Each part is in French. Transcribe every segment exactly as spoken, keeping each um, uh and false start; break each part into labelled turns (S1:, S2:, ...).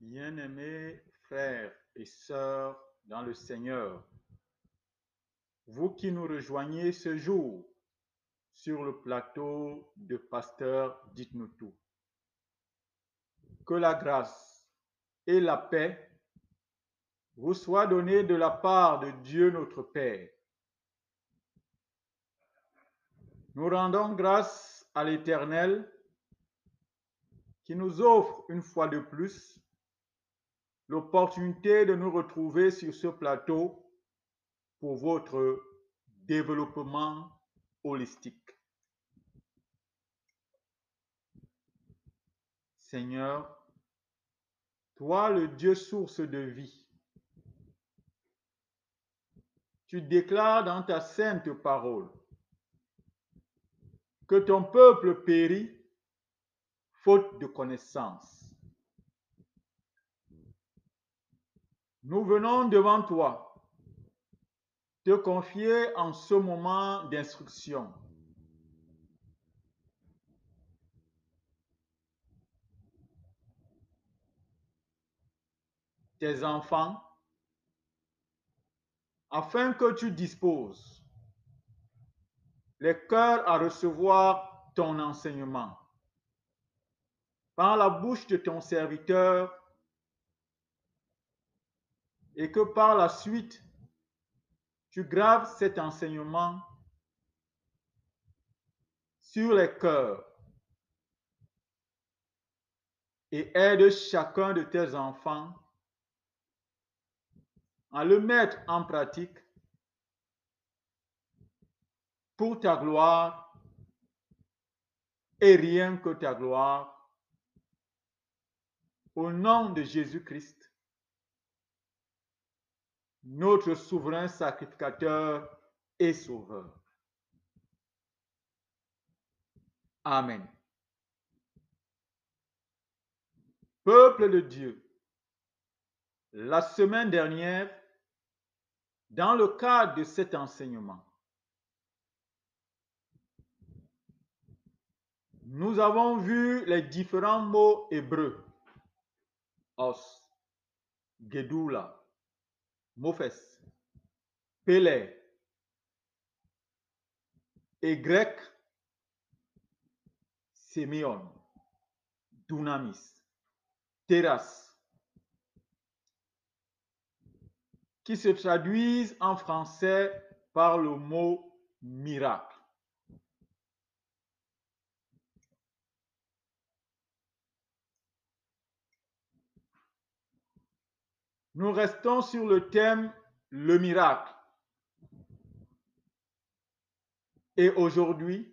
S1: Bien-aimés frères et sœurs dans le Seigneur, vous qui nous rejoignez ce jour sur le plateau de Pasteur Dites-nous tout, que la grâce et la paix vous soient données de la part de Dieu notre Père. Nous rendons grâce à l'Éternel qui nous offre une fois de plus l'opportunité de nous retrouver sur ce plateau pour votre développement holistique. Seigneur, toi le Dieu source de vie, tu déclares dans ta sainte parole que ton peuple périt faute de connaissance. Nous venons devant toi te confier en ce moment d'instruction tes enfants afin que tu disposes les cœurs à recevoir ton enseignement par la bouche de ton serviteur et que par la suite tu graves cet enseignement sur les cœurs et aide chacun de tes enfants à le mettre en pratique pour ta gloire et rien que ta gloire. Au nom de Jésus-Christ, notre souverain sacrificateur et sauveur. Amen. Peuple de Dieu, la semaine dernière, dans le cadre de cet enseignement, nous avons vu les différents mots hébreux, os, Gedoula, Mophes, Pélé, et grec, Sémion, Dunamis, Teras, qui se traduisent en français par le mot miracle. Nous restons sur le thème le miracle. Et aujourd'hui,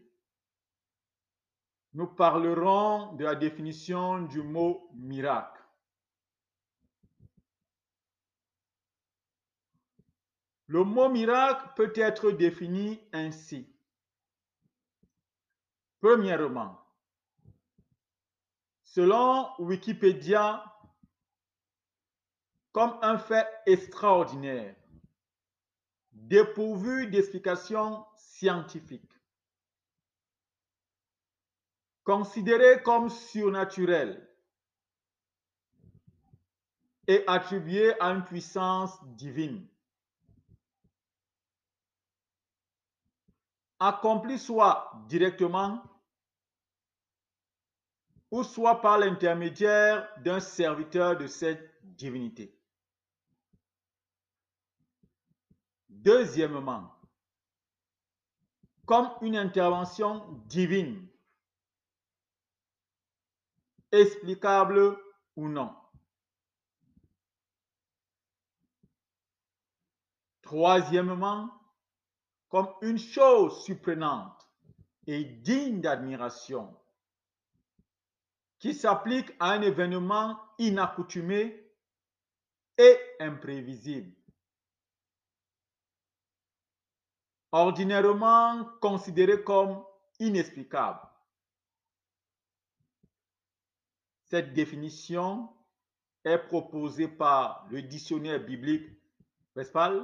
S1: nous parlerons de la définition du mot miracle. Le mot miracle peut être défini ainsi. Premièrement, selon Wikipédia, comme un fait extraordinaire, dépourvu d'explication scientifique, considéré comme surnaturel et attribué à une puissance divine, accompli soit directement ou soit par l'intermédiaire d'un serviteur de cette divinité. Deuxièmement, comme une intervention divine, explicable ou non. Troisièmement, comme une chose surprenante et digne d'admiration qui s'applique à un événement inaccoutumé et imprévisible, ordinairement considéré comme inexplicable. Cette définition est proposée par le dictionnaire biblique Westphal,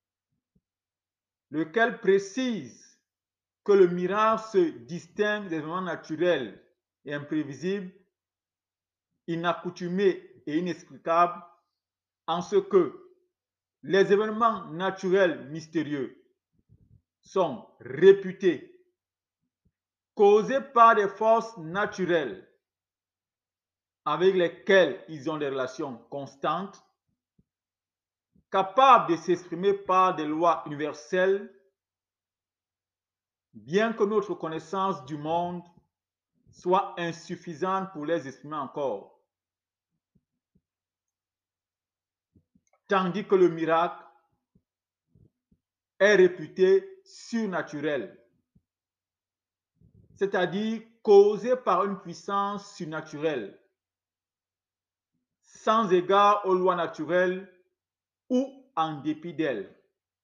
S1: lequel précise que le miracle se distingue des événements naturels et imprévisibles, inaccoutumés et inexplicable en ce que les événements naturels mystérieux sont réputés causés par des forces naturelles avec lesquelles ils ont des relations constantes, capables de s'exprimer par des lois universelles, bien que notre connaissance du monde soit insuffisante pour les exprimer encore. Tandis que le miracle est réputé surnaturel, c'est-à-dire causé par une puissance surnaturelle, sans égard aux lois naturelles ou en dépit d'elles.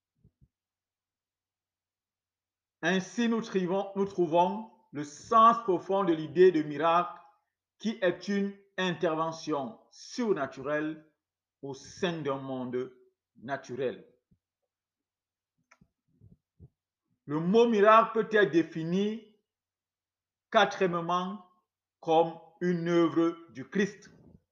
S1: Ainsi, nous trouvons, nous trouvons le sens profond de l'idée de miracle qui est une intervention surnaturelle au sein d'un monde naturel. Le mot miracle peut être défini quatrièmement comme une œuvre du Christ.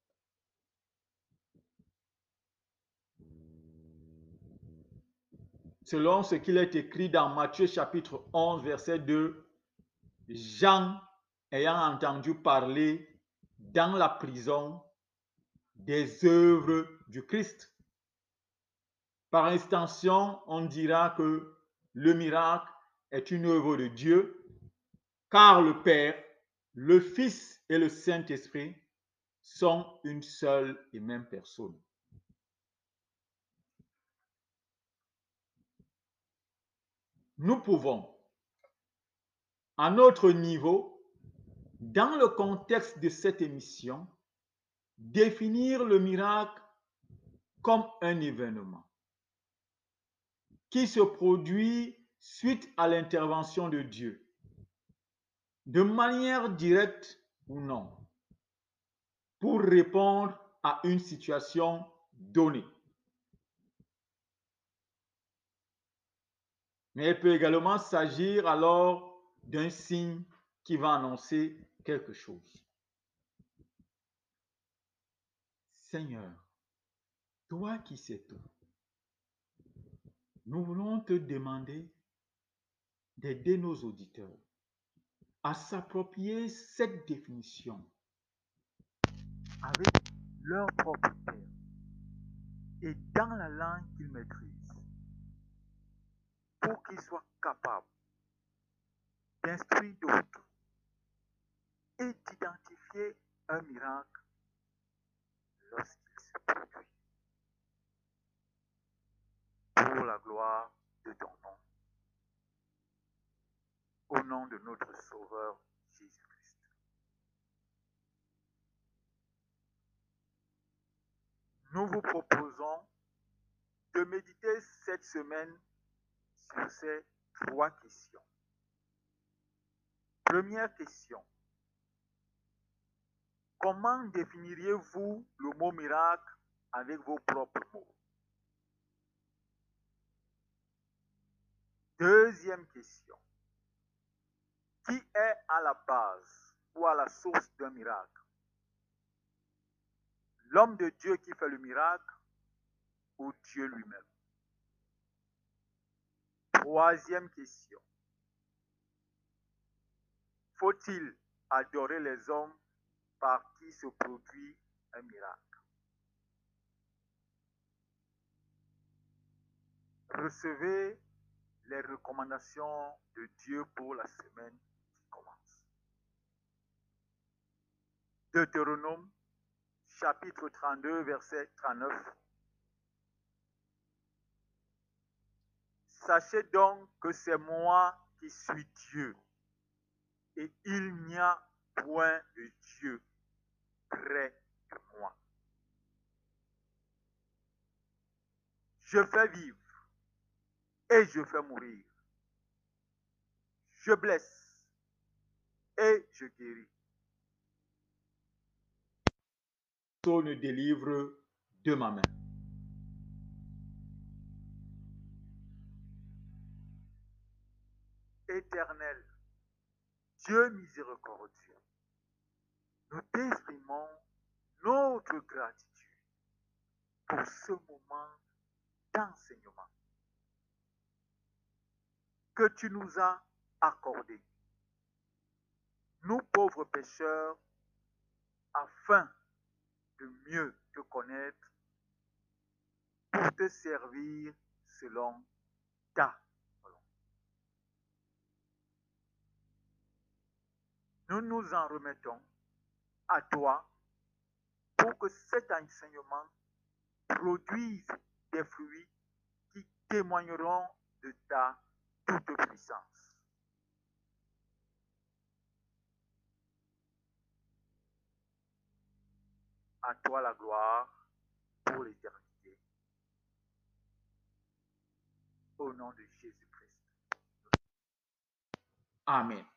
S1: Selon ce qu'il est écrit dans Matthieu chapitre onze, verset deux, Jean, ayant entendu parler dans la prison des œuvres du Christ. Par extension, on dira que le miracle est une œuvre de Dieu, car le Père, le Fils et le Saint-Esprit sont une seule et même personne. Nous pouvons, à notre niveau, dans le contexte de cette émission, définir le miracle comme un événement qui se produit suite à l'intervention de Dieu, de manière directe ou non, pour répondre à une situation donnée. Mais il peut également s'agir alors d'un signe qui va annoncer quelque chose. Seigneur, toi qui sais tout, nous voulons te demander d'aider nos auditeurs à s'approprier cette définition avec leur propre terme et dans la langue qu'ils maîtrisent, pour qu'ils soient capables d'instruire d'autres et d'identifier un miracle lorsqu'il se produit. Pour la gloire de ton nom, au nom de notre Sauveur Jésus-Christ. Nous vous proposons de méditer cette semaine sur ces trois questions. Première question. Comment définiriez-vous le mot miracle avec vos propres mots? Deuxième question. Qui est à la base ou à la source d'un miracle? L'homme de Dieu qui fait le miracle ou Dieu lui-même? Troisième question. Faut-il adorer les hommes par qui se produit un miracle? Recevez les recommandations de Dieu pour la semaine qui commence. Deutéronome, chapitre trente-deux, verset trente-neuf. Sachez donc que c'est moi qui suis Dieu, et il n'y a point de Dieu près de moi. Je fais vivre et je fais mourir. Je blesse et je guéris. Tout ne délivre de ma main. Éternel, Dieu miséricordieux, nous t'exprimons notre
S2: notre gratitude pour ce moment d'enseignement que tu nous as accordé, nous pauvres pécheurs, afin de mieux te connaître, pour te servir selon ta volonté. Nous nous en remettons à toi pour que cet enseignement produise des fruits qui témoigneront de ta toute puissance. À toi la gloire pour l'éternité. Au nom de Jésus-Christ.
S1: Amen.